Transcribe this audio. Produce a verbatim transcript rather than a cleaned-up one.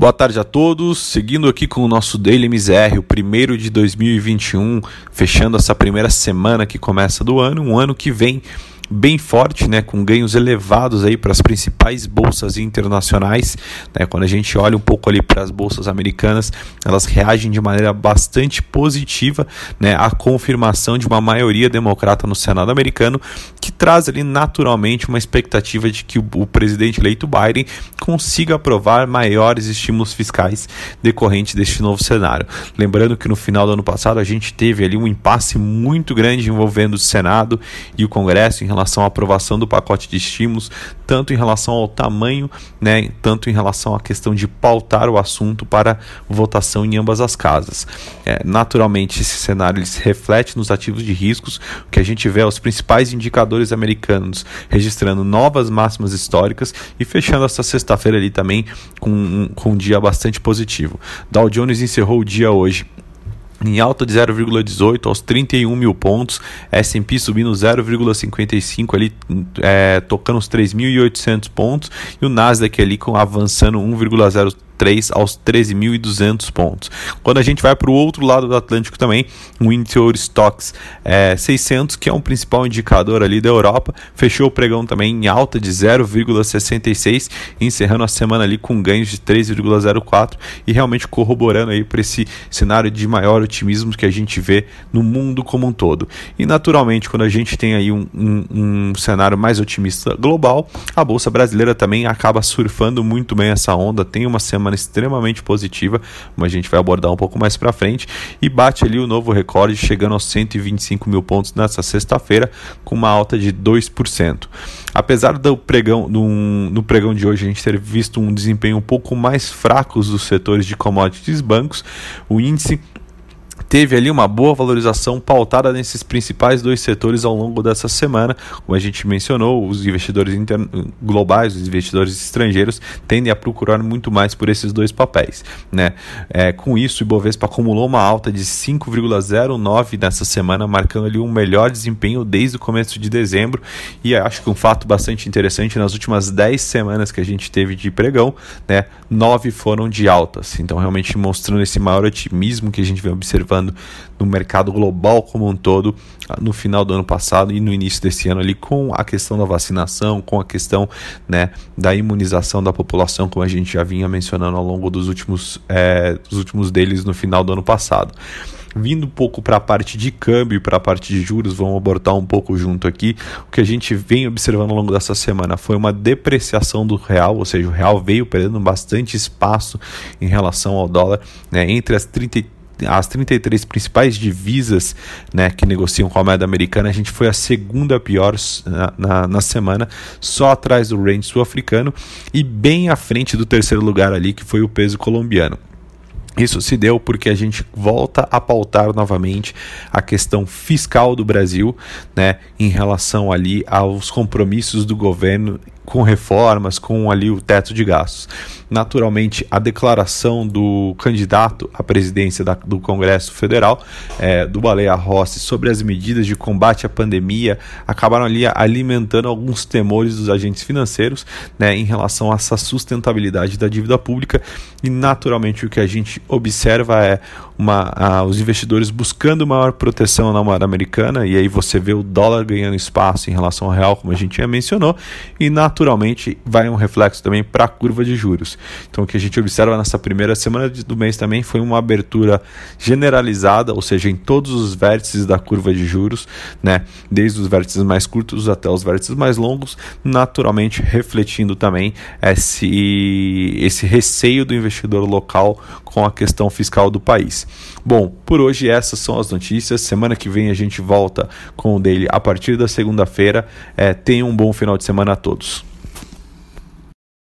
Boa tarde a todos, seguindo aqui com o nosso Daily M Z R, o primeiro de dois mil e vinte e um, fechando essa primeira semana que começa do ano, um ano que vem bem forte, né, com ganhos elevados aí para as principais bolsas internacionais, né, quando a gente olha um pouco ali para as bolsas americanas, elas reagem de maneira bastante positiva, né, à confirmação de uma maioria democrata no Senado americano, que traz ali naturalmente uma expectativa de que o, o presidente eleito Biden consiga aprovar maiores estímulos fiscais decorrentes deste novo cenário. Lembrando que no final do ano passado a gente teve ali um impasse muito grande envolvendo o Senado e o Congresso em relação à aprovação do pacote de estímulos, tanto em relação ao tamanho, né, tanto em relação à questão de pautar o assunto para votação em ambas as casas. É, naturalmente, esse cenário ele se reflete nos ativos de riscos, o que a gente vê é os principais indicadores americanos registrando novas máximas históricas e fechando essa sexta-feira ali também com um, com um dia bastante positivo. Dow Jones encerrou o dia hoje em alta de zero vírgula dezoito aos trinta e um mil pontos, S and P subindo zero vírgula cinquenta e cinco ali, é, tocando os três mil e oitocentos pontos, e o Nasdaq ali com, avançando um vírgula zero três aos treze mil e duzentos pontos. Quando a gente vai para o outro lado do Atlântico também, o índice Eurostoxx é, seiscentos, que é um principal indicador ali da Europa, fechou o pregão também em alta de zero vírgula sessenta e seis, encerrando a semana ali com ganhos de três vírgula zero quatro e realmente corroborando aí para esse cenário de maior otimismo que a gente vê no mundo como um todo. E naturalmente, quando a gente tem aí um, um, um cenário mais otimista global, a Bolsa Brasileira também acaba surfando muito bem essa onda, tem uma semana extremamente positiva, mas a gente vai abordar um pouco mais para frente, e bate ali o novo recorde, chegando aos cento e vinte e cinco mil pontos nessa sexta-feira, com uma alta de dois por cento. Apesar do pregão, do, no pregão de hoje a gente ter visto um desempenho um pouco mais fraco dos setores de commodities e bancos, o índice teve ali uma boa valorização pautada nesses principais dois setores ao longo dessa semana. Como a gente mencionou, os investidores interna- globais, os investidores estrangeiros tendem a procurar muito mais por esses dois papéis, né? É, com isso, o Ibovespa acumulou uma alta de cinco vírgula zero nove nessa semana, marcando ali um melhor desempenho desde o começo de dezembro, e acho que um fato bastante interessante, nas últimas dez semanas que a gente teve de pregão, né, nove foram de altas, então realmente mostrando esse maior otimismo que a gente vem observando no mercado global como um todo, no final do ano passado e no início desse ano ali, com a questão da vacinação, com a questão, né, da imunização da população, como a gente já vinha mencionando ao longo dos últimos, é, dos últimos deles no final do ano passado. Vindo um pouco para a parte de câmbio e para a parte de juros, vamos abordar um pouco junto aqui. O que a gente vem observando ao longo dessa semana foi uma depreciação do real, ou seja, o real veio perdendo bastante espaço em relação ao dólar, né, entre as trinta e as trinta e três principais divisas, né, que negociam com a moeda americana, a gente foi a segunda pior na, na, na semana, só atrás do rand sul-africano e bem à frente do terceiro lugar ali, que foi o peso colombiano. Isso se deu porque a gente volta a pautar novamente a questão fiscal do Brasil, né, em relação ali aos compromissos do governo com reformas, com ali o teto de gastos. Naturalmente, a declaração do candidato à presidência da, do Congresso Federal, é, do Baleia Rossi, sobre as medidas de combate à pandemia, acabaram ali alimentando alguns temores dos agentes financeiros, né, em relação a essa sustentabilidade da dívida pública, e naturalmente o que a gente observa é uma, a, os investidores buscando maior proteção na moeda americana, e aí você vê o dólar ganhando espaço em relação ao real, como a gente já mencionou, e naturalmente vai um reflexo também para a curva de juros. Então o que a gente observa nessa primeira semana do mês também foi uma abertura generalizada, ou seja, em todos os vértices da curva de juros, né, desde os vértices mais curtos até os vértices mais longos, naturalmente refletindo também esse, esse receio do investidor local com a questão fiscal do país. Bom, por hoje essas são as notícias. Semana que vem a gente volta com o Daily a partir da segunda-feira. É, tenham um bom final de semana a todos.